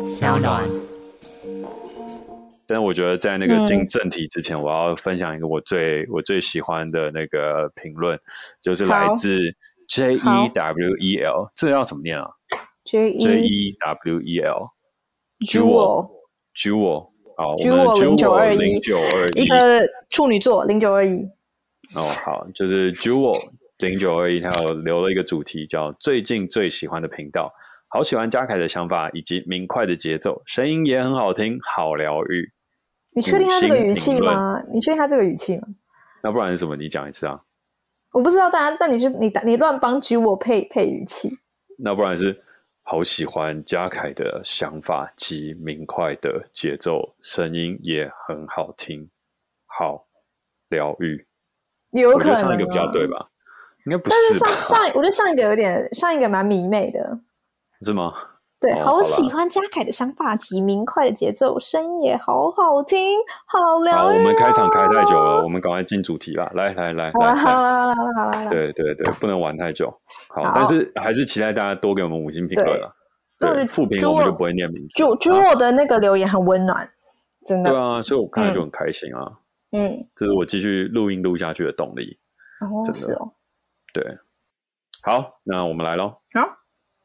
小暖。 但我觉得在那个进正题之前，我要分享一个我最喜欢的那个评论，就是来自 JEWEL， 这要怎么念啊 ？JEWEL Jewel 好，我们 Jewel 0921 一个处女座0921。 哦，好，就是 Jewel 0921，他有留了一个主题叫最近最喜欢的频道，好喜欢嘉凯的想法以及明快的节奏，声音也很好听，好疗愈。 你确定他这个语气吗？ 那不然是什么？你讲一次啊！ 我不知道，但你乱帮举我配语气。 那不然是好喜欢嘉凯的想法及明快的节奏，声音也很好听，好疗愈。 有可能、啊， 我觉得上一个比较对吧？应该不是吧？ 但是我觉得上一个蛮迷妹的， 是吗？ 对，好喜欢嘉凯的想法及明快的节奏，声音也好好听，好疗愈、哦。 好，我们开场开太久了，我们赶快进主题啦！来， 好了， 对，不能玩太久。好，但是还是期待大家多给我们5星评论啦。对，负评我们就不会念名字。 就我的那个留言很温暖，真的。 对啊，所以我看了就很开心啊。这是我继续录音录下去的动力。真的是哦。 对，好，那我们来咯。 好。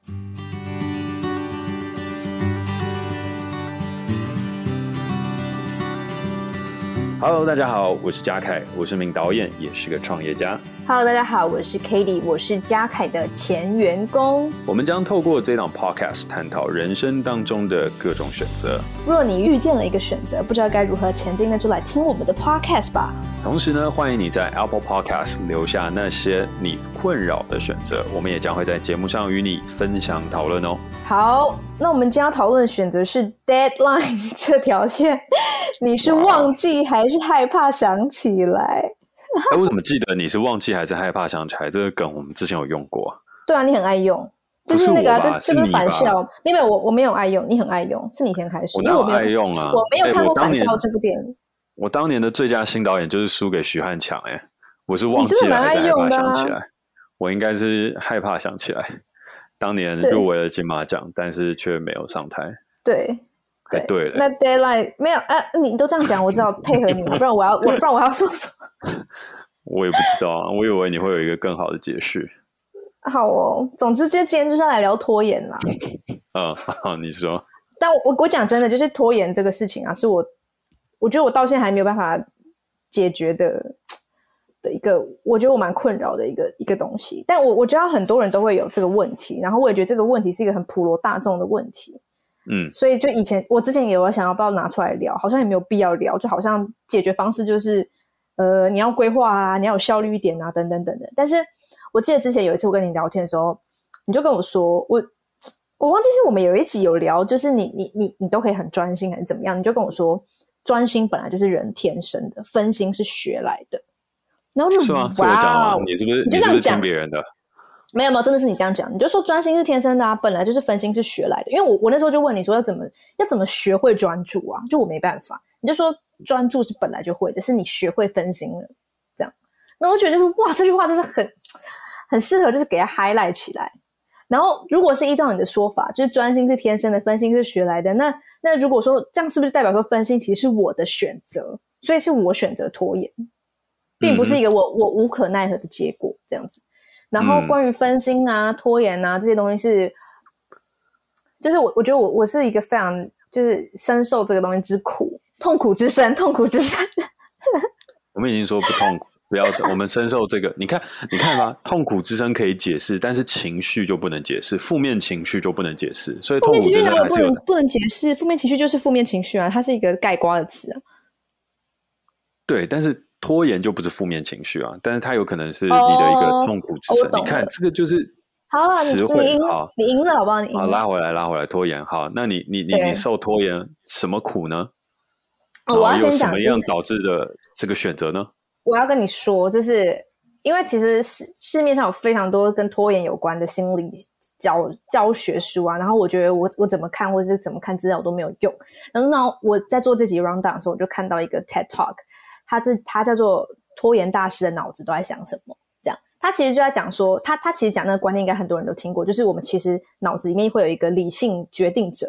Hello， 大家好，我是嘉凯，我是名导演，也是个创业家。 Hello， 大家好，我是 Katie， 我是嘉凯的前员工。 我们将透过这档 Podcast 探讨人生当中的各种选择。 若你遇见了一个选择，不知道该如何前进，那就来听我们的 Podcast 吧。 同时呢，欢迎你在 Apple Podcast 留下那些你困扰的选择，我们也将会在节目上与你分享讨论哦。 好，那我们今天要讨论的选择是 Deadline 这条线，你是忘记还是害怕想起来？ 我怎么记得你是忘记还是害怕想起来？这个梗我们之前有用过。 对啊，你很爱用，就是那个这边返校，没有我没有爱用，你很爱用，是你先开始。 我哪有爱用啊？ 我没有看过返校这部电影。 我当年的最佳新导演就是输给徐汉强，我是忘记了还是害怕想起来？我应该是害怕想起来。当年入围了金马奖，但是却没有上台。 对。 对了， 那 Deadline 没有你都这样讲，我只好配合你，不然我要说什么？ 我也不知道啊，我以为你会有一个更好的解释。 好哦，总之今天就是要来聊拖延啦。 好，你说。 但我讲真的，就是拖延这个事情啊，是我觉得我到现在还没有办法解决的一个，我觉得我蛮困扰的一个东西。但我知道很多人都会有这个问题，然后我也觉得这个问题是一个很普罗大众的问题。所以就我之前也有想要不要拿出来聊，好像也没有必要聊，就好像解决方式就是你要规划啊，你要有效率一点啊，等等等等。但是我记得之前有一次我跟你聊天的时候，你就跟我说，我忘记是我们有一集有聊，就是你都可以很专心还是怎么样，你就跟我说专心本来就是人天生的，分心是学来的。然后就是吗？是我讲吗？你是不是听别人的？ 没有，真的是你这样讲，你就说专心是天生的啊，本来就是分心是学来的。因为我那时候就问你说要怎么学会专注啊，就我没办法，你就说专注是本来就会的，是你学会分心了这样。那我觉得就是哇，这句话就是很适合，就是给它 highlight 起来。然后如果是依照你的说法，就是专心是天生的，分心是学来的，那如果说这样是不是代表说分心其实是我的选择，所以是我选择拖延，并不是一个我无可奈何的结果这样子。然后关于分心啊、拖延啊这些东西是，就是我觉得我是一个非常就是深受这个东西之苦，痛苦之深。 我们已经说不痛苦，不要我们深受这个。你看吧，痛苦之深可以解释，但是情绪就不能解释，负面情绪就不能解释，所以痛苦之深还是不能解释，负面情绪就是负面情绪啊，它是一个概括的词啊。 对，但是拖延就不是负面情绪啊，但是它有可能是你的一个痛苦之深。你看这个就是词汇。好， 你赢了好不好？ 好，拉回来，拖延。好，那你受拖延什么苦呢？ 我要先讲有什么样导致的这个选择呢？ 我要跟你说，就是因为其实市面上有非常多跟拖延有关的心理教学书啊，然后我觉得我怎么看或者是怎么看资料我都没有用。然后我在做这集 rundown 的时候，我就看到一个 TED Talk。他叫做拖延大师的脑子都在想什么，这样他其实就在讲说，他其实讲那个观念应该很多人都听过，就是我们其实脑子里面会有一个理性决定者，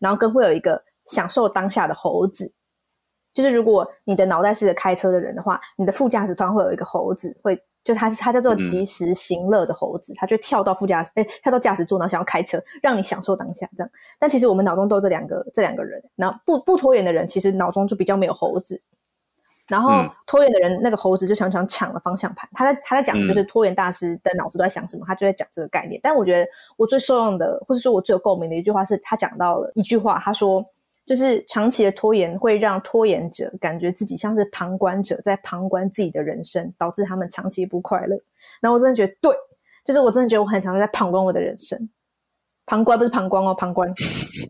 然后跟会有一个享受当下的猴子。就是如果你的脑袋是个开车的人的话，你的副驾驶端会有一个猴子，就它叫做及时行乐的猴子，它就跳到跳到驾驶座，然后想要开车，让你享受当下这样。但其实我们脑中都有这两个人，然后不拖延的人其实脑中就比较没有猴子，然后拖延的人那个猴子就常常抢了方向盘。他在讲就是拖延大师的脑子都在想什么，他就在讲这个概念。但我觉得我最受用的，或者说我最有共鸣的一句话是他讲到了一句话，他说就是长期的拖延会让拖延者感觉自己像是旁观者在旁观自己的人生，导致他们长期不快乐。然后我真的觉得对，就是我真的觉得我很常在旁观我的人生。旁观不是膀胱哦，旁观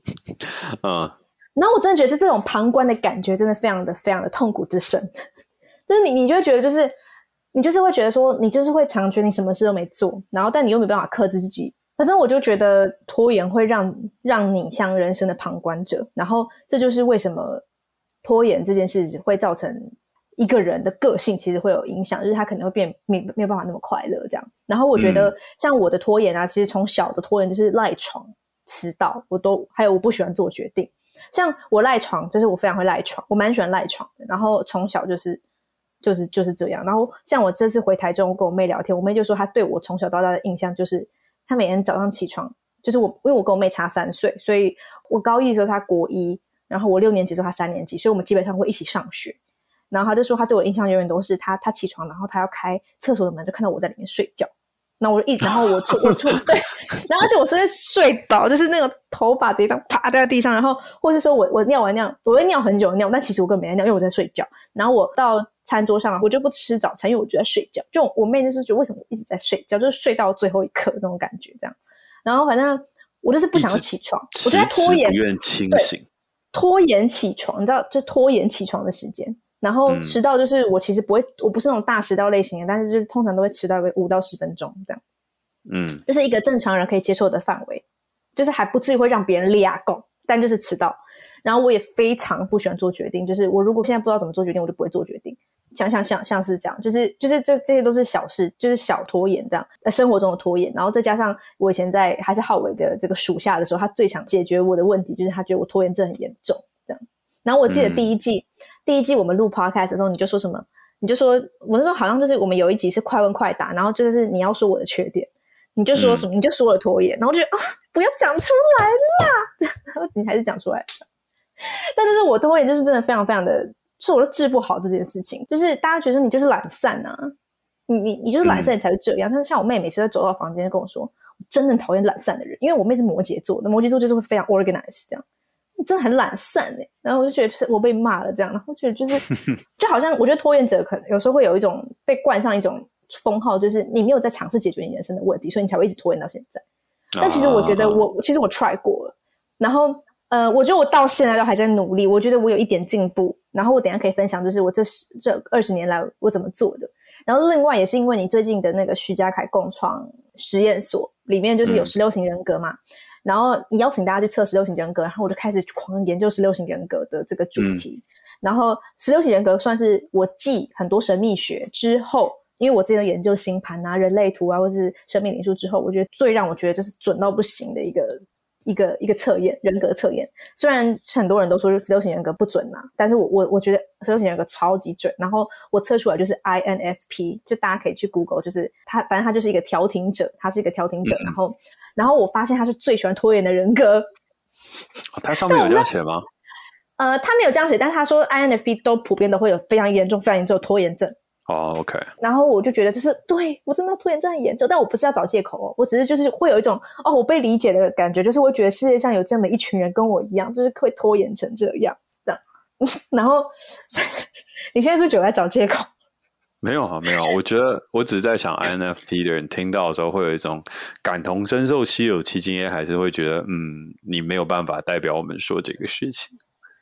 然后我真的觉得这种旁观的感觉真的非常的非常的痛苦之深。就是你就会觉得就是你就是会觉得说你就是会常觉得你什么事都没做，然后但你又没办法克制自己。反正我就觉得拖延会让你像人生的旁观者，然后这就是为什么拖延这件事会造成一个人的个性其实会有影响，就是他可能会没有办法那么快乐这样。然后我觉得像我的拖延啊，其实从小的拖延就是赖床、迟到，还有我不喜欢做决定。像我赖床，就是我非常会赖床，我蛮喜欢赖床的，然后从小就是这样。然后像我这次回台中跟我妹聊天，我妹就说她对我从小到大的印象就是她每天早上起床，就是因为我跟我妹差3岁，所以我高1的时候她国1，然后我6年级的时候她3年级，所以我们基本上会一起上学。然后她就说她对我的印象永远都是她起床，然后她要开厕所的门，就看到我在里面睡觉。然后我对，然后而且我是会睡倒，就是那个头发直接这样啪掉在地上，然后或是说我尿完尿，我会尿很久尿，但其实我根本没在尿，因为我在睡觉。然后我到餐桌上我就不吃早餐，因为我就在睡觉。就我妹就是觉得为什么我一直在睡觉，就是睡到最后一刻那种感觉这样。然后反正我就是不想要起床，我就在拖延， 不愿清醒， 拖延起床，你知道，就拖延起床的时间。然后迟到就是我其实不会，我不是那种大迟到类型的，但是就是通常都会迟到5到10分钟这样。就是一个正常人可以接受的范围，就是还不至于会让别人俩拱，但就是迟到。然后我也非常不喜欢做决定，就是我如果现在不知道怎么做决定，我就不会做决定。像是这样，就是这些都是小事，就是小拖延这样，生活中的拖延。然后再加上我以前在还是浩伟的这个属下的时候，他最想解决我的问题就是他觉得我拖延症很严重这样。然后我记得第一季我们录 podcast 的时候，你就说什么？你就说我那时候好像就是我们有一集是快问快答，然后就是你要说我的缺点，你就说什么？你就说我的拖延，然后我就觉得不要讲出来啦，然后你还是讲出来了。但就是我拖延就是真的非常非常的，就是我都治不好这件事情，就是大家觉得你就是懒散啊，你就是懒散你才会这样。但是像我妹每次会走到房间跟我说，我真的很讨厌懒散的人，因为我妹是摩羯座的，摩羯座就是会非常 organized 这样。你真的很懒散欸，然后我就觉得就是我被骂了这样，然后觉得就是就好像我觉得拖延者可能有时候会有一种被冠上一种封号，就是你没有在尝试解决你人生的问题，所以你才会一直拖延到现在。但其实我觉得其实我 try 过了，然后我觉得我到现在都还在努力，我觉得我有一点进步，然后我等一下可以分享就是我这20年来我怎么做的。然后另外也是因为你最近的那个徐家凯共创实验所里面就是有16型人格嘛，然后你邀请大家去测16型人格，然后我就开始狂研究16型人格的这个主题。然后16型人格算是我继很多神秘学之后，因为我之前研究星盘啊、人类图啊，或是生命灵数之后，我觉得最让我觉得就是准到不行的一个测验，人格测验。虽然很多人都说16型人格不准啊，但是我觉得16型人格超级准。然后我测出来就是 INFP， 就大家可以去 Google， 就是反正他就是一个调停者，他是一个调停者。然后我发现他是最喜欢拖延的人格。 他上面有这样写吗？ 他没有这样写，但是他说 INFP 都普遍都会有非常严重的拖延症。 OK。 然后我就觉得就是对我真的拖延症很严重，但我不是要找借口哦，我只是就是会有一种我被理解的感觉，就是我觉得世界上有这么一群人跟我一样，就是会拖延成这样。然后你现在是觉得在找借口？ 没有，我觉得我只是在想 INFP 的人听到的时候会有一种感同身受、稀有其经验，还是会觉得你没有办法代表我们说这个事情。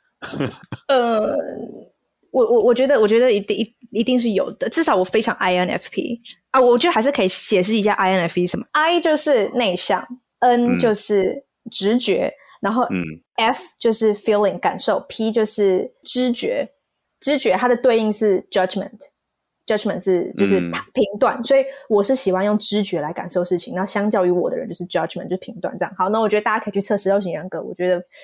我觉得一定是有的，至少我非常 INFP 啊，我觉得还是可以解释一下 INFP 什么。I 就是内向， N 就是直觉，然后F 就是 feeling 感受， P 就是知觉它的对应是 judgment 是就是评断，所以我是喜欢用知觉来感受事情，然后相较于我的人就是 judgment 就是评断这样。好，那我觉得大家可以去测16型人格，我觉得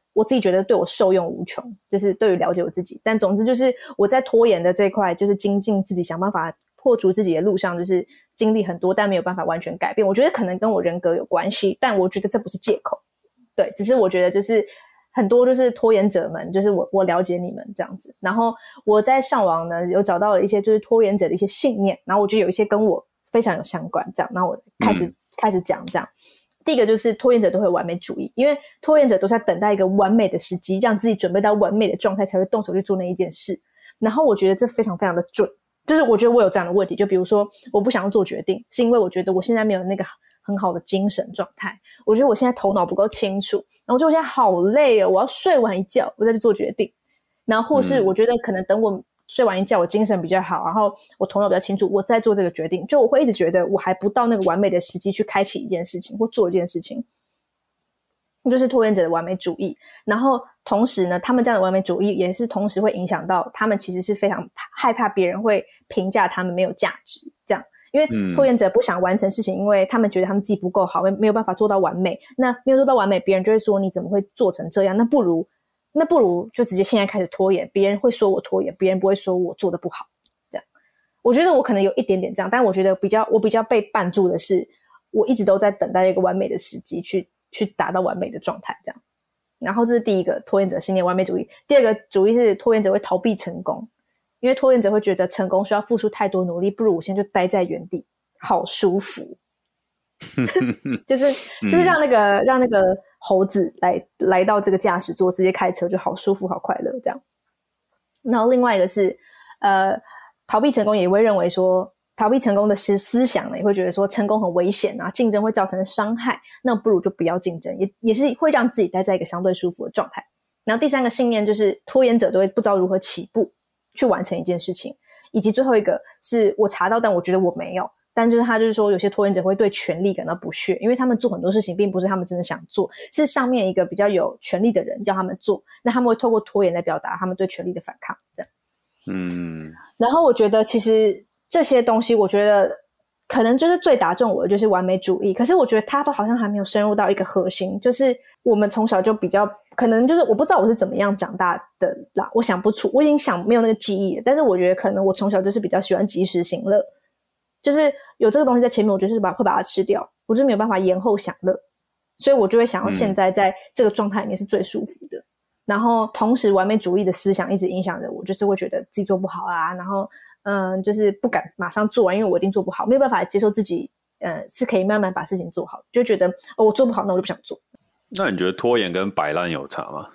我自己觉得对我受用无穷，就是对于了解我自己。但总之就是我在拖延的这一块，就是精进自己，想办法破除自己的路上，就是经历很多，但没有办法完全改变。我觉得可能跟我人格有关系，但我觉得这不是借口。对，只是我觉得就是很多就是拖延者们，就是我了解你们这样子。然后我在上网呢有找到了一些就是拖延者的一些信念，然后我觉得有一些跟我非常有相关，这样。然后我开始讲这样。第一个就是拖延者都会有完美主义，因为拖延者都是在等待一个完美的时机，让自己准备到完美的状态才会动手去做那一件事。然后我觉得这非常非常的准，就是我觉得我有这样的问题，就比如说我不想要做决定，是因为我觉得我现在没有那个很好的精神状态，我觉得我现在头脑不够清楚，然后我觉得我现在好累哦，我要睡完一觉我再去做决定。然后或是我觉得可能等我睡完一觉我精神比较好，然后我头脑比较清楚，我再做这个决定，就我会一直觉得我还不到那个完美的时机去开启一件事情或做一件事情，就是拖延者的完美主义。然后同时呢，他们这样的完美主义也是同时会影响到他们其实是非常害怕别人会评价他们没有价值这样。因为拖延者不想完成事情，因为他们觉得他们自己不够好，没有办法做到完美，那没有做到完美，别人就会说你怎么会做成这样，那不如就直接现在开始拖延，别人会说我拖延，别人不会说我做得不好这样。我觉得我可能有一点点这样，但我觉得我比较被绊住的是我一直都在等待一个完美的时机去达到完美的状态这样。然后这是第一个拖延者信念，完美主义。第二个主义是拖延者会逃避成功，因为拖延者会觉得成功需要付出太多努力，不如我现在就待在原地好舒服就是让那个猴子来到这个驾驶座直接开车就好舒服好快乐这样。然后另外一个是逃避成功，也会认为说逃避成功的思想呢，也会觉得说成功很危险啊，竞争会造成伤害，那不如就不要竞争，也是会让自己待在一个相对舒服的状态。然后第三个信念就是拖延者都会不知道如何起步去完成一件事情，以及最后一个是我查到但我觉得我没有，但就是他就是说有些拖延者会对权力感到不屑，因为他们做很多事情并不是他们真的想做，是上面一个比较有权力的人叫他们做，那他们会透过拖延来表达他们对权力的反抗这样。然后我觉得其实这些东西我觉得可能就是最打中我的就是完美主义，可是我觉得它都好像还没有深入到一个核心，就是我们从小就比较可能就是我不知道我是怎么样长大的啦，我想不出，我已经想没有那个记忆了，但是我觉得可能我从小就是比较喜欢及时行乐，就是有这个东西在前面，我觉得是会把它吃掉，我就没有办法延后享乐，所以我就会想要现在在这个状态里面是最舒服的。然后同时完美主义的思想一直影响着我，就是会觉得自己做不好啊，然后就是不敢马上做完，因为我一定做不好，没有办法接受自己是可以慢慢把事情做好，就觉得我做不好那我就不想做。 那你觉得拖延跟摆烂有差吗？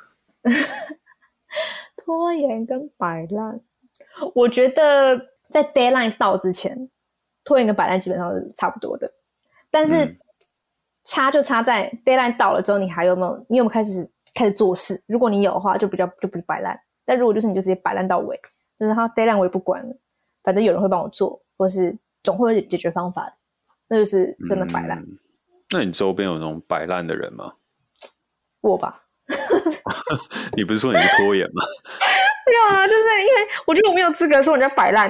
拖延跟摆烂，我觉得在 deadline 到之前，拖延跟摆烂基本上是差不多的，但是差就差在 deadline 到了之后，你有没有开始做事？如果你有的话，就不是摆烂；但如果就是你就直接摆烂到尾，就是他 deadline 我也不管了，反正有人会帮我做，或是总会有解决方法的，那就是真的摆烂。 那你周边有那种摆烂的人吗？ 我吧。 你不是说你是拖延吗？ 没有啊，就是因为我觉得我没有资格说人家摆烂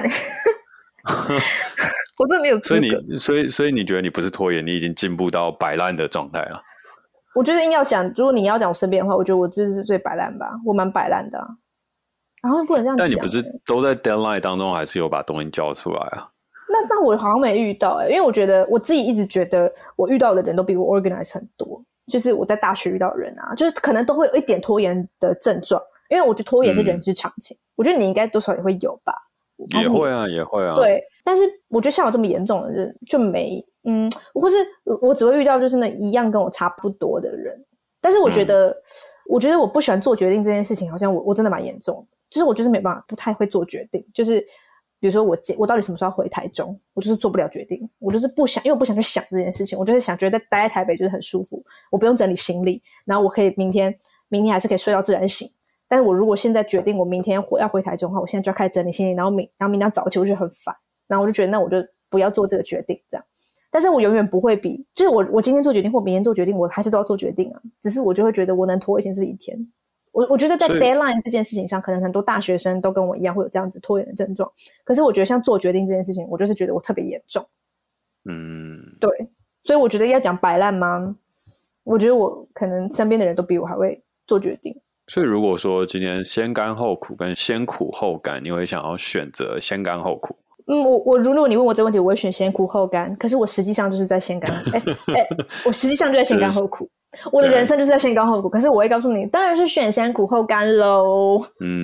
我真的没有资格。 所以你觉得你不是拖延，你已经进步到摆烂的状态了？ 我觉得硬要讲，如果你要讲我身边的话，我觉得我就是最摆烂吧，我蛮摆烂的啊。然后不能这样讲。 但你不是都在 deadline 当中还是有把东西交出来啊？ 那我好像没遇到因为我觉得我自己一直觉得我遇到的人都比我 organize 很多，就是我在大学遇到的人啊，就是可能都会有一点拖延的症状，因为我觉得拖延是人之常情，我觉得你应该多少也会有吧。 也会啊也会啊。 对，但是我觉得像我这么严重的人就没或是我只会遇到就是那一样跟我差不多的人。但是我觉得我不喜欢做决定这件事情，好像我真的蛮严重的，就是我就是没办法，不太会做决定，就是比如说我到底什么时候要回台中，我就是做不了决定，我就是不想，因为我不想去想这件事情，我就是想觉得待在台北就是很舒服，我不用整理行李，然后我可以明天还是可以睡到自然醒。但是我如果现在决定我明天要回台中的话，我现在就要开始整理行李，然后明天早起，我就觉得很烦，然后我就觉得那我就不要做这个决定这样。但是我永远不会比，就是我今天做决定或明天做决定，我还是都要做决定啊，只是我就会觉得我能拖一天是一天。我觉得在 deadline 这件事情上，可能很多大学生都跟我一样会有这样子拖延的症状，可是我觉得像做决定这件事情，我就是觉得我特别严重。对，所以我觉得要讲摆烂吗？我觉得我可能身边的人都比我还会做决定。 所以如果说今天先甘后苦跟先苦后甘，你会想要选择先甘后苦？ 如果你问我这个问题，我会选先苦后甘，可是我实际上就是在先甘我实际上就在先甘后苦，我的人生就是在先甘后苦，可是我会告诉你当然是选先苦后甘咯。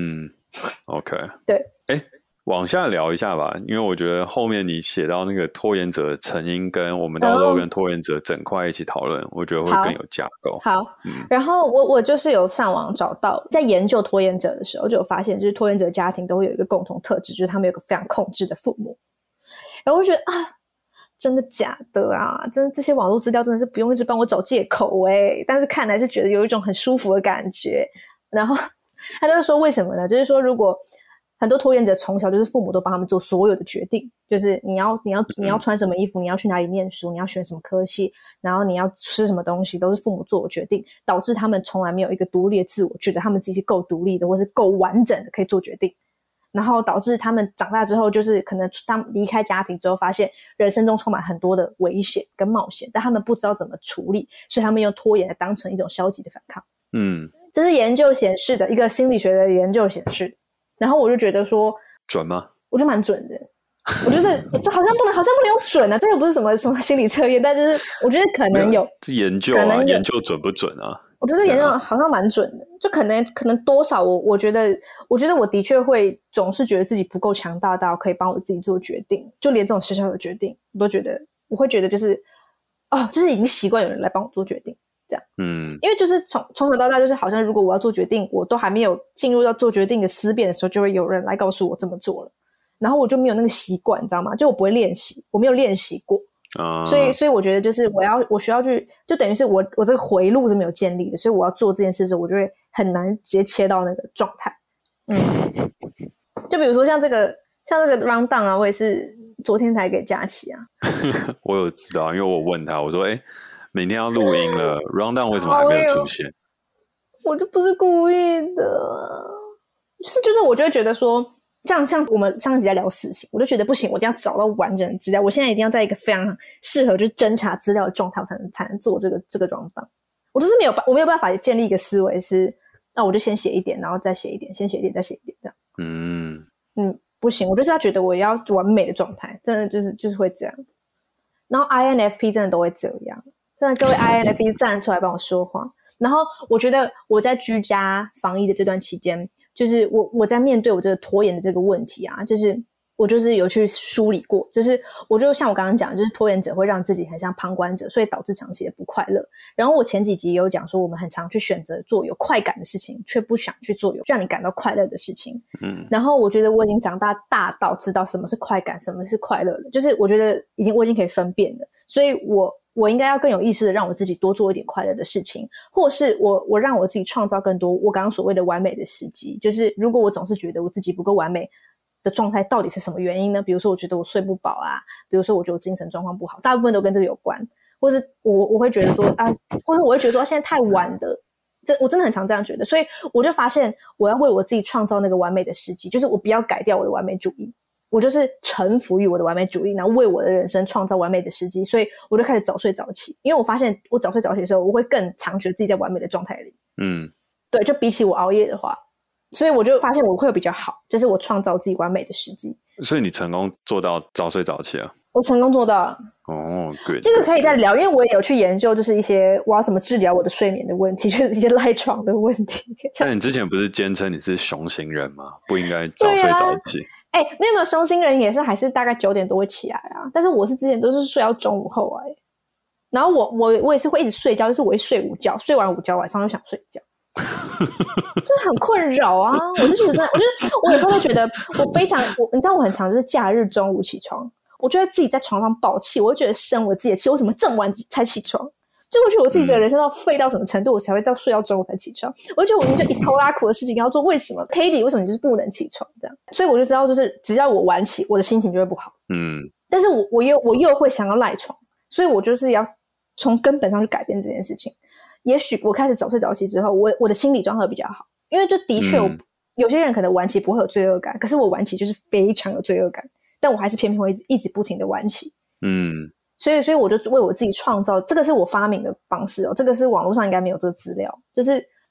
OK， 对。 往下聊一下吧，因为我觉得后面你写到那个拖延者的成因，跟我们到时候跟拖延者整块一起讨论，我觉得会更有架构。 好，然后我就是有上网找到，在研究拖延者的时候，就有发现，就是拖延者家庭都会有一个共同特质，就是他们有个非常控制的父母。然后我就觉得真的假的啊？真的这些网络资料真的是不用一直帮我找借口但是看来是觉得有一种很舒服的感觉。然后他就是说为什么呢？就是说如果很多拖延者从小就是父母都帮他们做所有的决定，就是你要穿什么衣服，你要去哪里念书，你要选什么科系，然后你要吃什么东西，都是父母做的决定，导致他们从来没有一个独立的自我，觉得他们自己是够独立的，或是够完整的可以做决定，然后导致他们长大之后，就是可能当离开家庭之后，发现人生中充满很多的危险跟冒险，但他们不知道怎么处理，所以他们用拖延来当成一种消极的反抗。这是研究显示的，一个心理学的研究显示。然后我就觉得说准吗？ 我觉得蛮准的。我觉得这好像不能用准啊，这个不是什么心理测验，但就是我觉得可能有研究研究准不准啊？ 我觉得研究好像蛮准的，就可能多少我觉得我的确会总是觉得自己不够强大到可以帮我自己做决定，就连这种小小的决定我都觉得，我会觉得就是就是已经习惯有人来帮我做决定这样。因为就是从小到大，就是好像如果我要做决定，我都还没有进入到做决定的思辨的时候，就会有人来告诉我这么做了，然后我就没有那个习惯，你知道吗？就我不会练习，我没有练习过。所以我觉得就是我需要去，就等于是我这个回路是没有建立的，所以我要做这件事的时候，我就会很难直接切到那个状态。就比如说像这个 round down 啊，我也是昨天才给佳琪啊。 我有知道，因为我问他，我说明天要录音了，round down 为什么还没有出现？ 我就不是故意的，就是我就会觉得说。像我们上一集在聊死刑，我就觉得不行，我一定要找到完整的资料，我现在一定要在一个非常适合就是侦查资料的状态，才能做这个状况。我就是我没有办法建立一个思维是，那我就先写一点，然后再写一点，先写一点，再写一点这样。不行，我就是要觉得我要完美的状态，真的就是会这样。然后 INFP 真的都会这样，真的各位 INFP 站出来帮我说话。然后我觉得我在居家防疫的这段期间。就是我在面对我这个拖延的这个问题啊，就是我就是有去梳理过，就是我就像我刚刚讲，就是拖延者会让自己很像旁观者，所以导致长期的不快乐。然后我前几集也有讲说，我们很常去选择做有快感的事情，却不想去做有让你感到快乐的事情。然后我觉得我已经长大到知道什么是快感，什么是快乐了，就是我觉得我已经可以分辨了，所以我应该要更有意识的让我自己多做一点快乐的事情，或是我让我自己创造更多我刚刚所谓的完美的时机。就是如果我总是觉得我自己不够完美的状态，到底是什么原因呢？比如说我觉得我睡不饱啊，比如说我觉得我精神状况不好，大部分都跟这个有关，或是我会觉得说或是我会觉得说现在太晚了，我真的很常这样觉得。所以我就发现我要为我自己创造那个完美的时机，就是我不要改掉我的完美主义，我就是臣服于我的完美主义，然后为我的人生创造完美的时机。所以我就开始早睡早起，因为我发现我早睡早起的时候，我会更常觉得自己在完美的状态里。对，就比起我熬夜的话，所以我就发现我会比较好，就是我创造自己完美的时机。 所以你成功做到早睡早起啊？ 我成功做到了。 good。 这个可以再聊，因为我也有去研究，就是一些我要怎么治疗我的睡眠的问题，就是一些赖床的问题。 但你之前不是坚称你是熊型人吗？不应该早睡早起。 没有熊型人也是还是大概9点多会起来啊，但是我是之前都是睡到中午后然后我也是会一直睡觉，就是我会睡午觉，睡完午觉晚上就想睡觉。就是很困扰啊！我就觉得我有时候都觉得你知道我很常就是假日中午起床，我就会自己在床上爆气，我会觉得生我自己的气，为什么这么晚才起床？就我觉得我自己的人生到废到什么程度，我才会睡到中午才起床？我觉得我就一头拉苦的事情要做，为什么 Katie 为什么你就是不能起床这样？所以我就知道，就是只要我晚起，我的心情就会不好。但是我又会想要赖床，所以我就是要从根本上去改变这件事情。也许我开始早睡早起之后，我的心理状态比较好，因为就的确有些人可能晚起不会有罪恶感，可是我晚起就是非常有罪恶感，但我还是偏偏会一直不停的晚起。所以我就为我自己创造，这个是我发明的方式这个是网络上应该没有这个资料，就是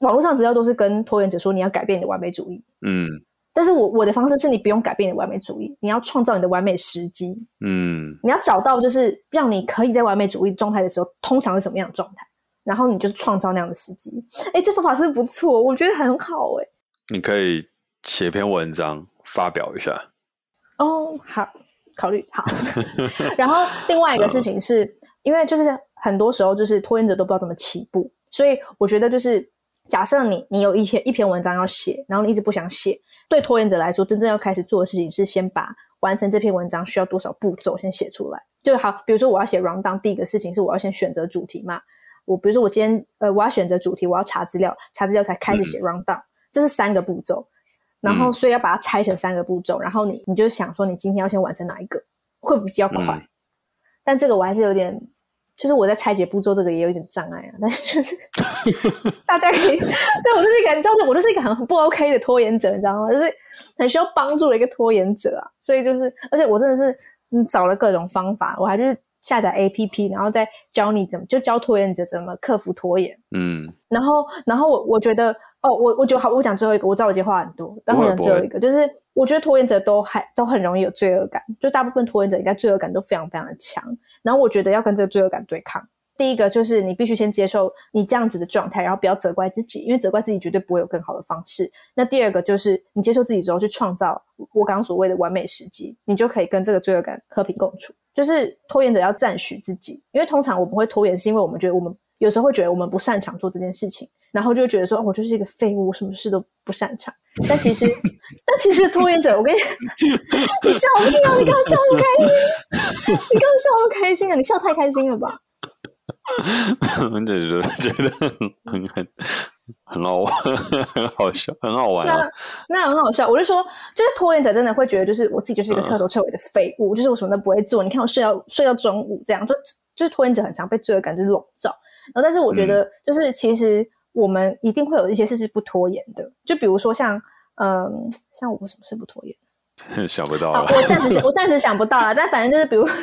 网络上资料都是跟拖延者说你要改变你的完美主义，但是我的方式是你不用改变你的完美主义，你要创造你的完美时机，你要找到就是让你可以在完美主义状态的时候通常是什么样的状态，然后你就是创造那样的时机。这方法是不是不错？我觉得很好你可以写篇文章发表一下。 好，考虑好。然后另外一个事情是因为就是很多时候就是拖延者都不知道怎么起步，所以我觉得就是假设你有一篇文章要写，然后你一直不想写，对拖延者来说真正要开始做的事情是先把完成这篇文章需要多少步骤先写出来。就好，比如说我要写 rundown， 第一个事情是我要先选择主题嘛，比如说我今天我要选择主题，我要查资料才开始写 rundown，这是3个步骤，然后所以要把它拆成3个步骤，然后你就想说你今天要先完成哪一个会比较快，但这个我还是有点，就是我在拆解步骤这个也有一点障碍啊，但是就是大家可以对我就是一个你知道我就是一个很不 OK 的拖延者，你知道吗？就是很需要帮助的一个拖延者啊，所以就是而且我真的是找了各种方法，我还就是下载 APP， 然后再教你教拖延者怎么克服拖延。然后我觉得我觉得好，我讲最后一个，我知道我已经话很多，但我讲最后一个就是我觉得拖延者都很容易有罪恶感，就大部分拖延者应该罪恶感都非常非常的强，然后我觉得要跟这个罪恶感对抗。第一个就是你必须先接受你这样子的状态，然后不要责怪自己，因为责怪自己绝对不会有更好的方式。那第二个就是你接受自己之后去创造我刚刚所谓的完美时机，你就可以跟这个罪恶感和平共处。就是拖延者要赞许自己，因为通常我们会拖延是因为我们觉得我们有时候会觉得我们不擅长做这件事情，然后就会觉得说我就是一个废物，什么事都不擅长。但其实拖延者，我跟你你笑屁啊，你刚刚笑那么开心，你刚刚笑那么开心啊，你笑太开心了吧？ 我就觉得很好玩，很好笑，很好玩啊。 那很好笑。我就说，就是拖延者真的会觉得，就是我自己就是一个彻头彻尾的废物，就是我什么都不会做。你看我睡到中午这样，就是拖延者很常被罪恶感就是笼罩。然后，但是我觉得，就是其实我们一定会有一些事是不拖延的，就比如说像我什么事不拖延？ 想不到了。 我暂时想不到啦，但反正就是比如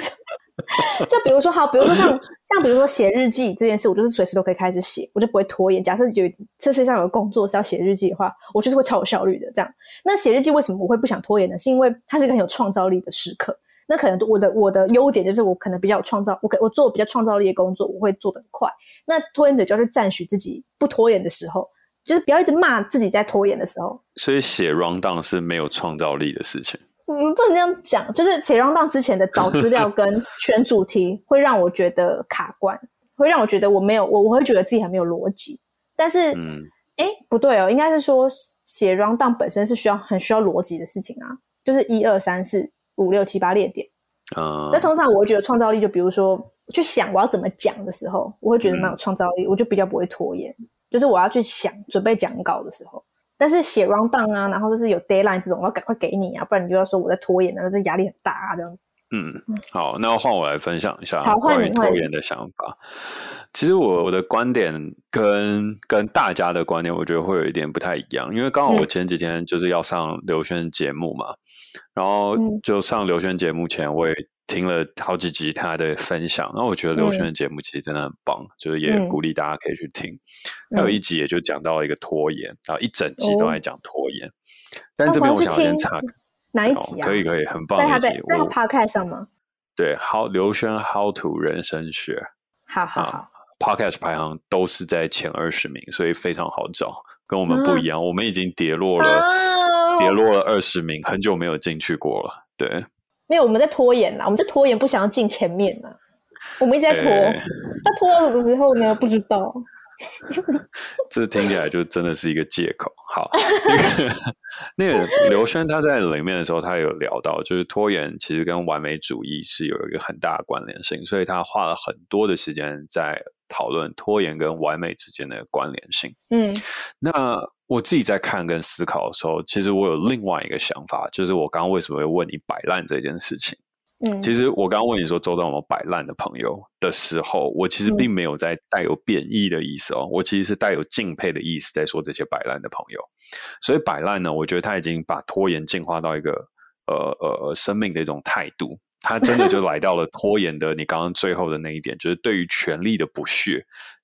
像比如说写日记这件事，我就是随时都可以开始写，我就不会拖延。假设这世界上有个工作是要写日记的话，我就是会超有效率的这样。那写日记为什么我会不想拖延呢？是因为它是一个很有创造力的时刻。那可能我的优点就是我可能比较有创造，我做比较创造力的工作，我会做得很快。那拖延者就要去赞许自己不拖延的时候，就是不要一直骂自己在拖延的时候。 所以写 rundown 是没有创造力的事情。 不能这样讲，就是写 rundown 之前的找资料跟选主题会让我觉得卡关，会让我觉得我会觉得自己很没有逻辑。但是不对哦，应该是说写 rundown 本身是很需要逻辑的事情啊，就是1、2、3、4、5、6、7、8列点。但通常我会觉得创造力，就比如说去想我要怎么讲的时候，我会觉得蛮有创造力，我就比较不会拖延。就是我要去想准备讲稿的时候。但是写 rundown 啊，然后就是有 deadline 这种，我要赶快给你啊，不然你就要说我在拖延啊，就是压力很大啊这样。 好，那换我来分享一下关于拖延的想法。其实我的观点跟大家的观点，我觉得会有一点不太一样，因为刚好我前几天就是要上刘轩节目嘛，然后就上刘轩节目前，我也听了好几集他的分享，然后我觉得刘轩的节目其实真的很棒，就是也鼓励大家可以去听。他有一集也就讲到了一个拖延，然后一整集都在讲拖延。但这边我想先插哪一集啊？ 可以，很棒的一集。 在他 podcast 上吗？ 对，刘轩 How to 人生学。 好。 podcast 排行都是在前20名，所以非常好找，跟我们不一样。我们已经跌落了20名，很久没有进去过了。对。 没有，我们在拖延啦，我们在拖延，不想要进前面啦，我们一直在拖，那拖到什么时候呢？不知道。 这听起来就真的是一个借口。好，那个刘轩他在里面的时候，他有聊到，就是拖延其实跟完美主义是有一个很大的关联性，所以他花了很多的时间在讨论拖延跟完美之间的关联性。那我自己在看跟思考的时候，其实我有另外一个想法，就是我刚刚为什么会问你摆烂这件事情。其实我刚刚问你说周遭有没有摆烂的朋友的时候，我其实并没有在带有贬义的意思哦，我其实是带有敬佩的意思在说这些摆烂的朋友。所以摆烂呢，我觉得他已经把拖延进化到一个生命的一种态度，他真的就来到了拖延的你刚刚最后的那一点，就是对于权力的不屑，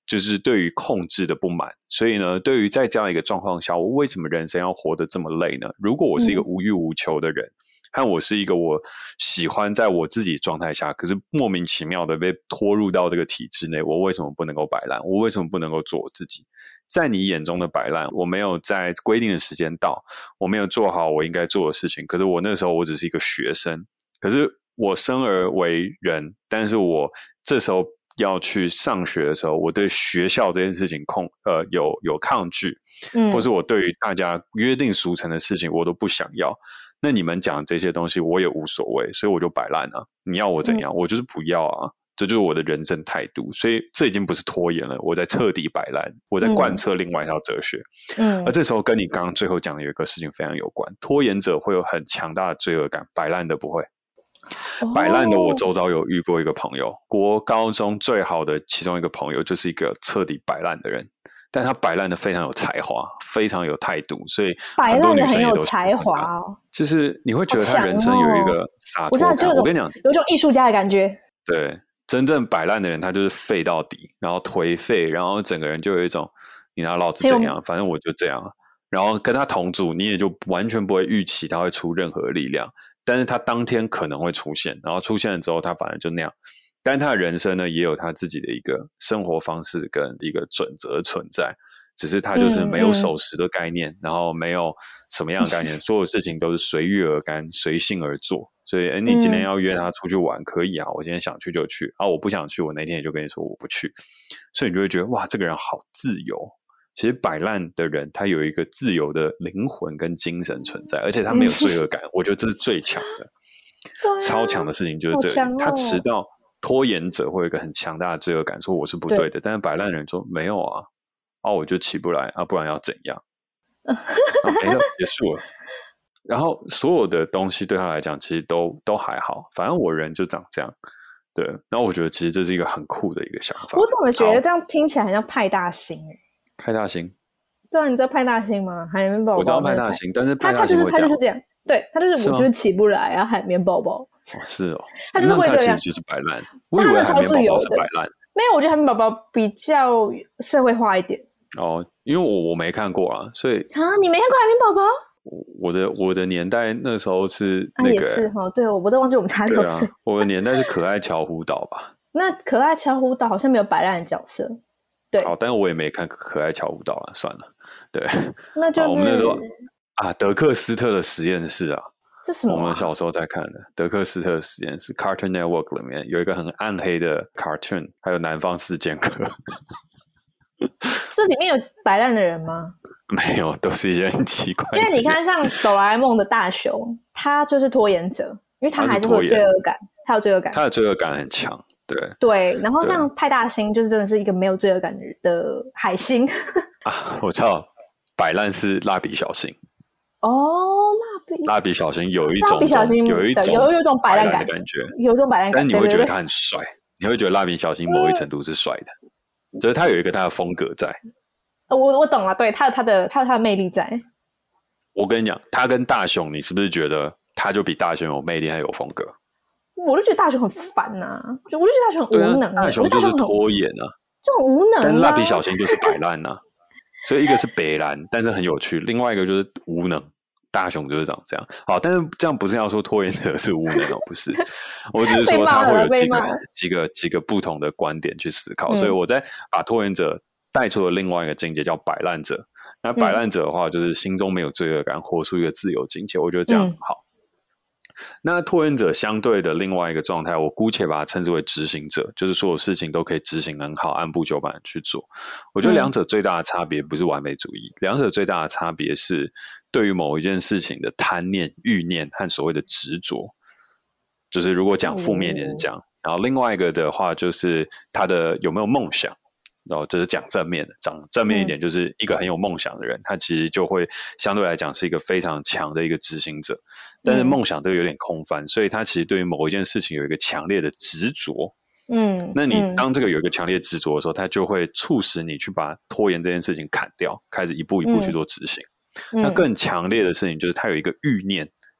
就是对于控制的不满。所以呢，对于在这样一个状况下，我为什么人生要活得这么累呢？如果我是一个无欲无求的人，和我是一个我喜欢在我自己状态下，可是莫名其妙的被拖入到这个体制内，我为什么不能够摆烂？我为什么不能够做我自己？在你眼中的摆烂，我没有在规定的时间到，我没有做好我应该做的事情，可是我那时候我只是一个学生，可是我生而为人，但是我这时候要去上学的时候，我对学校这件事情有抗拒，或是我对于大家约定俗成的事情我都不想要，那你们讲这些东西我也无所谓，所以我就摆烂啊，你要我怎样，我就是不要啊，这就是我的人生态度。所以这已经不是拖延了，我在彻底摆烂，我在贯彻另外一条哲学。而这时候跟你刚刚最后讲的有一个事情非常有关，拖延者会有很强大的罪恶感，摆烂的不会。摆烂的我周遭有遇过一个朋友，国高中最好的其中一个朋友就是一个彻底摆烂的人，但他摆烂的非常有才华，非常有态度，所以很多女生也都喜欢他。摆烂的很有才华哦，就是你会觉得他人生有一个洒脱感。我跟你讲， 有种艺术家的感觉。 对，真正摆烂的人，他就是废到底，然后颓废，然后整个人就有一种你拿老子怎样，反正我就这样。然后跟他同组，你也就完全不会预期他会出任何力量。但是他当天可能会出现，然后出现了之后他反而就那样，但是他的人生呢也有他自己的一个生活方式跟一个准则存在，只是他就是没有守时的概念，然后没有什么样的概念，所有事情都是随遇而安，随性而做。所以你今天要约他出去玩可以啊，我今天想去就去啊，我不想去我那天也就跟你说我不去，所以你就会觉得哇这个人好自由。其实摆烂的人他有一个自由的灵魂跟精神存在，而且他没有罪恶感，我觉得这是最强的。超强的事情就是这里，他迟到拖延者会有一个很强大的罪恶感，说我是不对的，但是摆烂的人说没有啊，我就起不来啊，不然要怎样？没了，结束了。然后所有的东西对他来讲其实都还好，反正我人就长这样。对，然后我觉得其实这是一个很酷的一个想法。 我怎么觉得这样听起来很像派大星派大星， 对啊，你知道派大星吗？海绵宝宝， 我知道派大星，但是派大星他就是这样，对他就是我就是起不来啊，海绵宝宝。 是哦， 他就是会这样， 其实就是摆烂。我以为海绵宝宝是摆烂， 没有，我觉得海绵宝宝比较社会化一点。 哦，因为我没看过啊，所以啊，你没看过海绵宝宝？ 我的年代那时候是那个， 也是哈，对，我都忘记我们差6岁。 我的年代是可爱巧虎岛吧？ 那可爱巧虎岛好像没有摆烂的角色。对， 好，但是我也没看可爱巧舞蹈了，算了。对， 那就是我们那时候德克斯特的实验室啊， 这什么我们小时候在看的德克斯特的实验室 Cartoon Network 里面有一个很暗黑的 cartoon， 还有南方四剑客。 这里面有摆烂的人吗？ 没有，都是一些很奇怪的。 因为你看像哆啦 A 梦的大雄，他就是拖延者，因为他还是会有罪恶感，他有罪恶感， 他的罪恶感很强。 对，然后像派大星就是真的是一个没有罪恶感的海星。 我知道摆烂是蜡笔小新。 哦， 蜡笔小新有一种摆烂的感觉， 有一种摆烂感， 但你会觉得他很帅，你会觉得蜡笔小新某一程度是帅的，就是他有一个他的风格在。 我懂了，对，他有他的魅力在。 我跟你讲，他跟大雄，你是不是觉得他就比大雄有魅力还有风格？ 我就觉得大雄很烦啊，我就觉得大雄很无能大雄就是拖延啊， 就很无能。 但是蜡笔小新就是摆烂啊，所以一个是北蓝，但是很有趣；另外一个就是无能。大雄就是长这样。好，但是这样不是要说拖延者是无能哦，不是，我只是说他会有几个不同的观点去思考，所以我在把拖延者带出了另外一个境界，叫摆烂者。那摆烂者的话，就是心中没有罪恶感，活出一个自由境界。我觉得这样很好。那拖延者相对的另外一个状态，我姑且把它称之为执行者，就是所有事情都可以执行很好，按部就班去做。我觉得两者最大的差别不是完美主义，两者最大的差别是对于某一件事情的贪念、欲念和所谓的执着。就是如果讲负面一点讲，然后另外一个的话就是他的有没有梦想。然后这是讲正面的，讲正面一点就是一个很有梦想的人，他其实就会相对来讲是一个非常强的一个执行者，但是梦想这个有点空泛，所以他其实对于某一件事情有一个强烈的执着。那你当这个有一个强烈执着的时候，他就会促使你去把拖延这件事情砍掉，开始一步一步去做执行。那更强烈的事情就是他有一个欲念，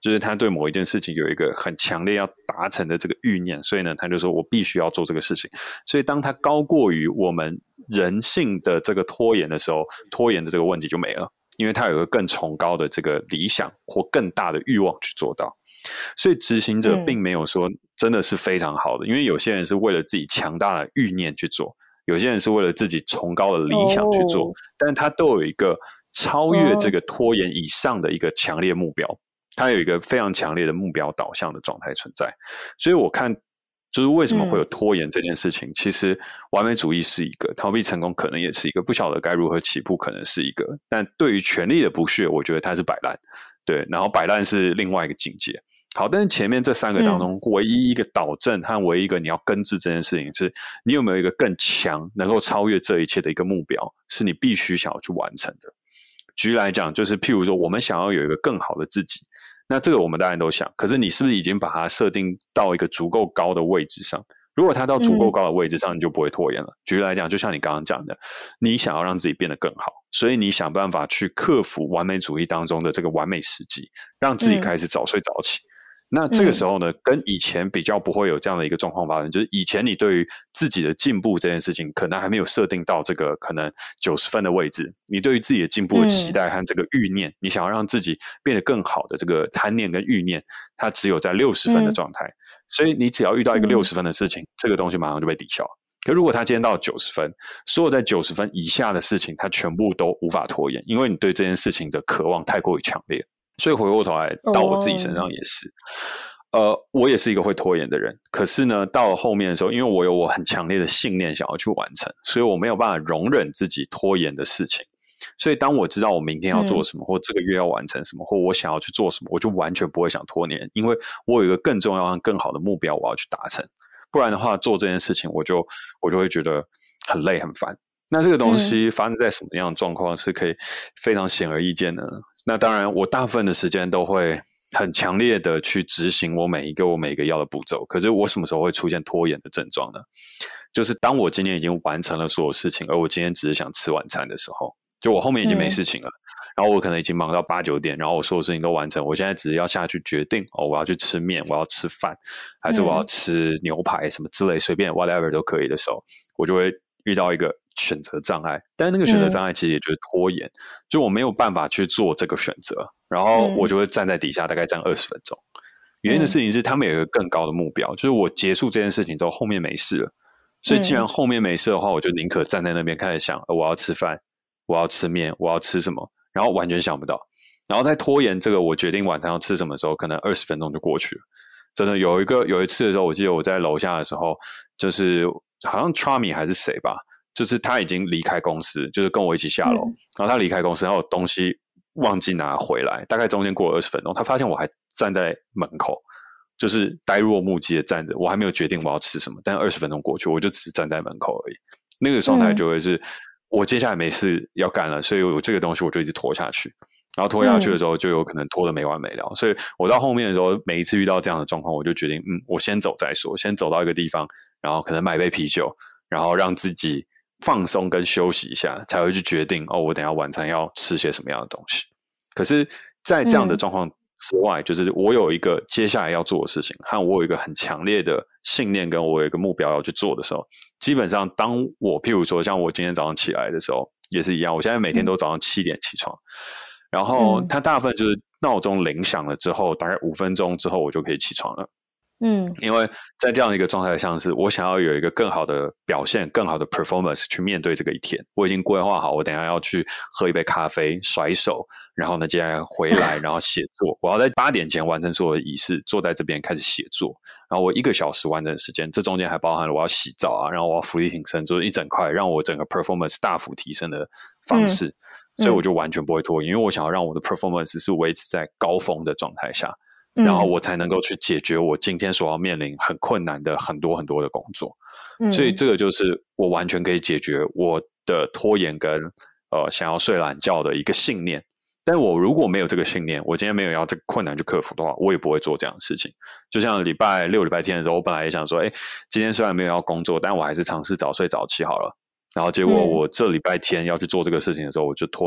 就是他对某一件事情有一个很强烈要达成的这个欲念，所以呢他就说我必须要做这个事情。所以当他高过于我们人性的这个拖延的时候，拖延的这个问题就没了，因为他有一个更崇高的这个理想或更大的欲望去做到。所以执行者并没有说真的是非常好的，因为有些人是为了自己强大的欲念去做，有些人是为了自己崇高的理想去做，但他都有一个超越这个拖延以上的一个强烈目标，他有一个非常强烈的目标导向的状态存在。所以我看就是为什么会有拖延这件事情，其实完美主义是一个，逃避成功可能也是一个，不晓得该如何起步可能是一个，但对于权力的不屑，我觉得它是摆烂，对，然后摆烂是另外一个境界。好，但是前面这3个当中，唯一一个导正和唯一一个你要根治这件事情是，你有没有一个更强能够超越这一切的一个目标，是你必须想要去完成的。举例来讲，就是譬如说我们想要有一个更好的自己，那这个我们当然都想，可是你是不是已经把它设定到一个足够高的位置上？如果它到足够高的位置上，你就不会拖延了。举例来讲，就像你刚刚讲的，你想要让自己变得更好，所以你想办法去克服完美主义当中的这个完美时机，让自己开始早睡早起。那这个时候呢，跟以前比较不会有这样的一个状况发生，就是以前你对于自己的进步这件事情可能还没有设定到这个可能90分的位置，你对于自己的进步的期待和这个欲念，你想要让自己变得更好的这个贪念跟欲念，它只有在60分的状态，所以你只要遇到一个60分的事情，这个东西马上就被抵消。可如果他今天到90分，所有在90分以下的事情，他全部都无法拖延，因为你对这件事情的渴望太过于强烈。所以回过头来到我自己身上也是，我也是一个会拖延的人，可是呢，到了后面的时候，因为我有我很强烈的信念想要去完成，所以我没有办法容忍自己拖延的事情。所以当我知道我明天要做什么，或这个月要完成什么，或我想要去做什么，我就完全不会想拖延，因为我有一个更重要和更好的目标我要去达成。不然的话，做这件事情我就会觉得很累很烦。那这个东西发生在什么样的状况是可以非常显而易见的呢？那当然我大部分的时间都会很强烈的去执行我每一个要的步骤，可是我什么时候会出现拖延的症状呢？就是当我今天已经完成了所有事情，而我今天只是想吃晚餐的时候，就我后面已经没事情了，然后我可能已经忙到8、9点，然后我所有事情都完成，我现在只是要下去决定我要去吃面，我要吃饭，还是我要吃牛排什么之类，随便 whatever 都可以的时候，我就会遇到一个选择障碍，但是那个选择障碍其实也就是拖延，就我没有办法去做这个选择，然后我就会站在底下大概站20分钟。原因的事情是他们有一个更高的目标，就是我结束这件事情之后后面没事了，所以既然后面没事的话，我就宁可站在那边开始想我要吃饭，我要吃面，我要吃什么，然后完全想不到，然后在拖延这个我决定晚上要吃什么的时候，可能20分钟就过去了。真的有一次的时候，我记得我在楼下的时候，就是好像 Trami 还是谁吧，就是他已经离开公司，就是跟我一起下楼，然后他离开公司，然后有东西忘记拿回来，大概中间过了20分钟，他发现我还站在门口，就是呆若木鸡的站着，我还没有决定我要吃什么，但20分钟过去，我就只是站在门口而已，那个状态就会是我接下来没事要干了，所以我这个东西我就一直拖下去，然后拖下去的时候就有可能拖得没完没了，所以我到后面的时候，每一次遇到这样的状况，我就决定我先走再说，先走到一个地方，然后可能买杯啤酒，然后让自己放松跟休息一下，才会去决定我等一下晚餐要吃些什么样的东西。可是在这样的状况之外，就是我有一个接下来要做的事情，和我有一个很强烈的信念，跟我有一个目标要去做的时候，基本上当我譬如说像我今天早上起来的时候也是一样，我现在每天都早上7点起床，然后它大部分就是闹钟铃响了之后，大概5分钟之后我就可以起床了。因为在这样一个状态上是我想要有一个更好的表现，更好的 performance 去面对这个一天，我已经规划好我等一下要去喝一杯咖啡甩手，然后呢接下来回来然后写作，我要在8点前完成所有的仪式，坐在这边开始写作，然后我1个小时完整的时间，这中间还包含了我要洗澡啊，然后我要伏地挺身，就是一整块让我整个 performance 大幅提升的方式，所以我就完全不会拖延，因为我想要让我的 performance 是维持在高峰的状态下，然后我才能够去解决我今天所要面临很困难的很多很多的工作，所以这个就是我完全可以解决我的拖延跟想要睡懒觉的一个信念。但我如果没有这个信念，我今天没有要这个困难去克服的话，我也不会做这样的事情。就像礼拜6、礼拜天的时候，我本来也想说今天虽然没有要工作，但我还是尝试早睡早起好了，然后结果我这礼拜天要去做这个事情的时候，我就拖到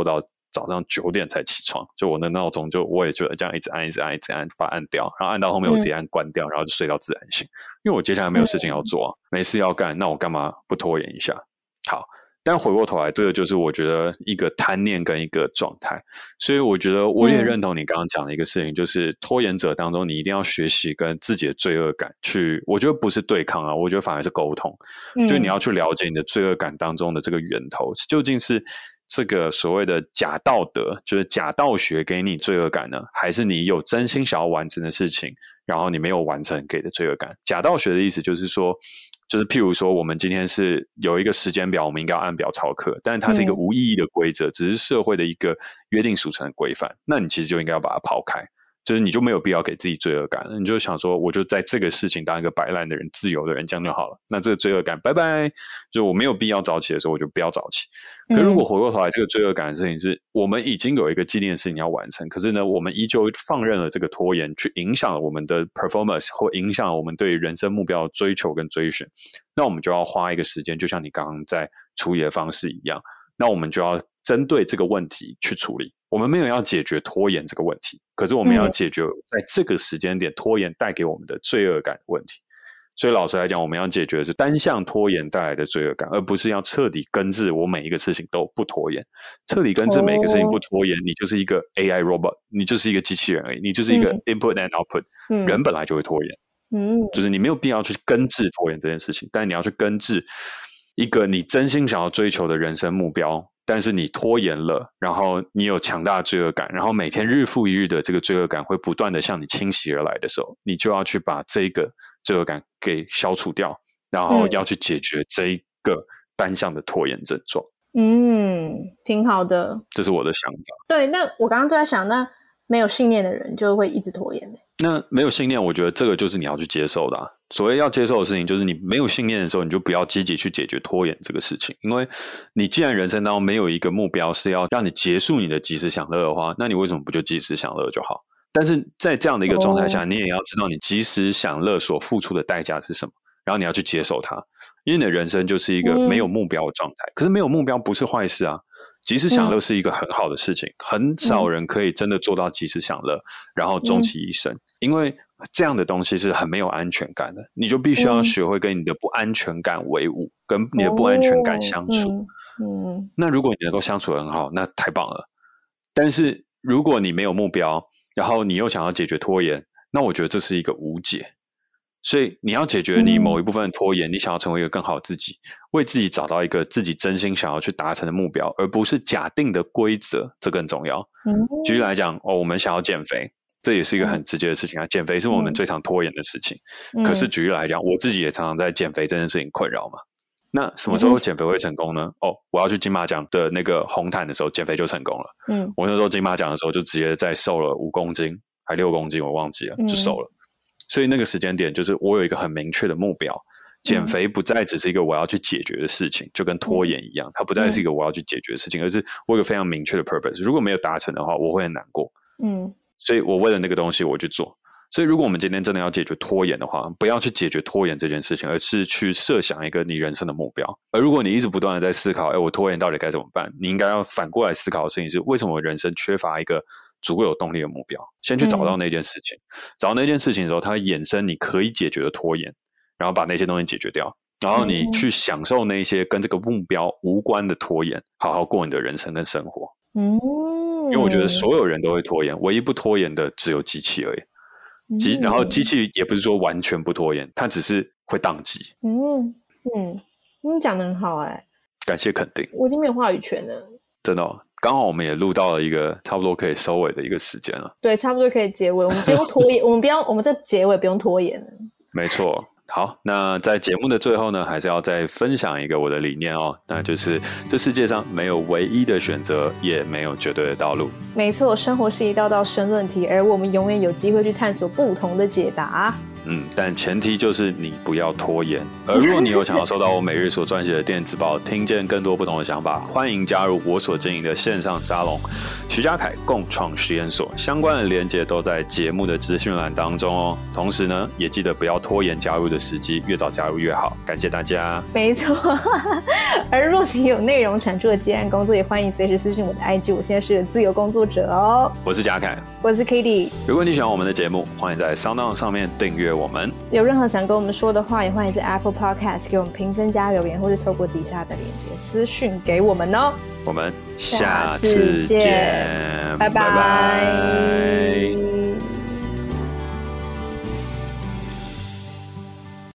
早上9点才起床，就我的闹钟就我也觉得这样一直按把它按掉，然后按到后面我直接按关掉，然后就睡到自然醒，因为我接下来没有事情要做啊，没事要干，那我干嘛不拖延一下？好，但回过头来，这个就是我觉得一个贪念跟一个状态，所以我觉得我也认同你刚刚讲的一个事情，就是拖延者当中，你一定要学习跟自己的罪恶感去，我觉得不是对抗啊，我觉得反而是沟通，就是你要去了解你的罪恶感当中的这个源头，究竟是这个所谓的假道德，就是假道学给你罪恶感呢，还是你有真心想要完成的事情，然后你没有完成给的罪恶感？假道学的意思就是说，就是譬如说我们今天是有一个时间表，我们应该要按表操课，但是它是一个无意义的规则，只是社会的一个约定俗成的规范，那你其实就应该要把它抛开，就是你就没有必要给自己罪恶感了，你就想说我就在这个事情当一个摆烂的人，自由的人，这样就好了，那这个罪恶感拜拜，就我没有必要早起的时候我就不要早起。可是如果回过头来，这个罪恶感的事情是我们已经有一个既定的事情要完成，可是呢我们依旧放任了这个拖延去影响了我们的 performance 或影响了我们对人生目标的追求跟追寻，那我们就要花一个时间，就像你刚刚在处理的方式一样，那我们就要针对这个问题去处理。我们没有要解决拖延这个问题，可是我们要解决在这个时间点拖延带给我们的罪恶感的问题。所以老实来讲，我们要解决的是单向拖延带来的罪恶感，而不是要彻底根治我每一个事情都不拖延。彻底根治每一个事情不拖延，你就是一个 AI robot， 你就是一个机器人而已，你就是一个 input and output，人本来就会拖延，就是你没有必要去根治拖延这件事情，但你要去根治一个你真心想要追求的人生目标，但是你拖延了，然后你有强大的罪恶感，然后每天日复一日的这个罪恶感会不断的向你倾袭而来的时候，你就要去把这个罪恶感给消除掉，然后要去解决这一个单向的拖延症状。 挺好的， 这是我的想法。 对，那我刚刚就在想，那没有信念的人就会一直拖延。 那没有信念，我觉得这个就是你要去接受的啊。所谓要接受的事情，就是你没有信念的时候，你就不要积极去解决拖延这个事情。因为你既然人生当中没有一个目标是要让你结束你的及时享乐的话，那你为什么不就及时享乐就好？但是在这样的一个状态下，你也要知道你及时享乐所付出的代价是什么，然后你要去接受它。因为你的人生就是一个没有目标的状态，可是没有目标不是坏事啊。及时享乐是一个很好的事情，很少人可以真的做到及时享乐，然后终其一生，因为这样的东西是很没有安全感的，你就必须要学会跟你的不安全感为伍，跟你的不安全感相处。那如果你能够相处得很好，那太棒了。但是如果你没有目标，然后你又想要解决拖延，那我觉得这是一个无解。所以你要解决你某一部分的拖延，你想要成为一个更好的自己，为自己找到一个自己真心想要去达成的目标，而不是假定的规则，这更重要。举例来讲，我们想要减肥，这也是一个很直接的事情啊。减肥是我们最常拖延的事情，可是举例来讲，我自己也常常在减肥这件事情困扰嘛。那什么时候减肥会成功呢？我要去金马奖的那个红毯的时候，减肥就成功了。我那时候金马奖的时候就直接再瘦了5公斤还6公斤，我忘记了，就瘦了。所以那个时间点就是我有一个很明确的目标，减肥不再只是一个我要去解决的事情，就跟拖延一样，它不再是一个我要去解决的事情，而是我有一个非常明确的 purpose， 如果没有达成的话我会很难过。所以我为了那个东西我去做。所以如果我们今天真的要解决拖延的话，不要去解决拖延这件事情，而是去设想一个你人生的目标。而如果你一直不断的在思考我拖延到底该怎么办，你应该要反过来思考的事情是，为什么我人生缺乏一个足够有动力的目标，先去找到那件事情，找到那件事情的时候，它会衍生你可以解决的拖延，然后把那些东西解决掉，然后你去享受那些跟这个目标无关的拖延，好好过你的人生跟生活。因为我觉得所有人都会拖延，唯一不拖延的只有机器而已。然后机器也不是说完全不拖延，它只是会宕机。 你讲得很好感谢肯定。 我已经没有话语权了， 真的刚好我们也录到了一个差不多可以收尾的一个时间了。 对，差不多可以结尾，我们不用拖延我们这结尾不用拖延了。 没错。好，那在节目的最后呢，还是要再分享一个我的理念那就是这世界上没有唯一的选择，也没有绝对的道路。 没错，生活是一道道申论题，而我们永远有机会去探索不同的解答。 但前提就是你不要拖延。而如果你有想要收到我每日所撰写的电子报，听见更多不同的想法，欢迎加入我所经营的线上沙龙徐家凯共创实验所，相关的连结都在节目的资讯栏当中哦。同时呢，也记得不要拖延加入的时机，越早加入越好。感谢大家。 没错，而若你有内容产出的接案工作，也欢迎随时私讯我的 IG， 我现在是个自由工作者哦。 我是家凯， 我是 Kitty。 如果你喜欢我们的节目，欢迎在 SoundOn 上面订阅我们。 有任何想跟我们说的话，也欢迎在 Apple Podcast 给我们评分加留言，或是透过底下的链接私讯给我们哦。 我们下次见， 拜拜。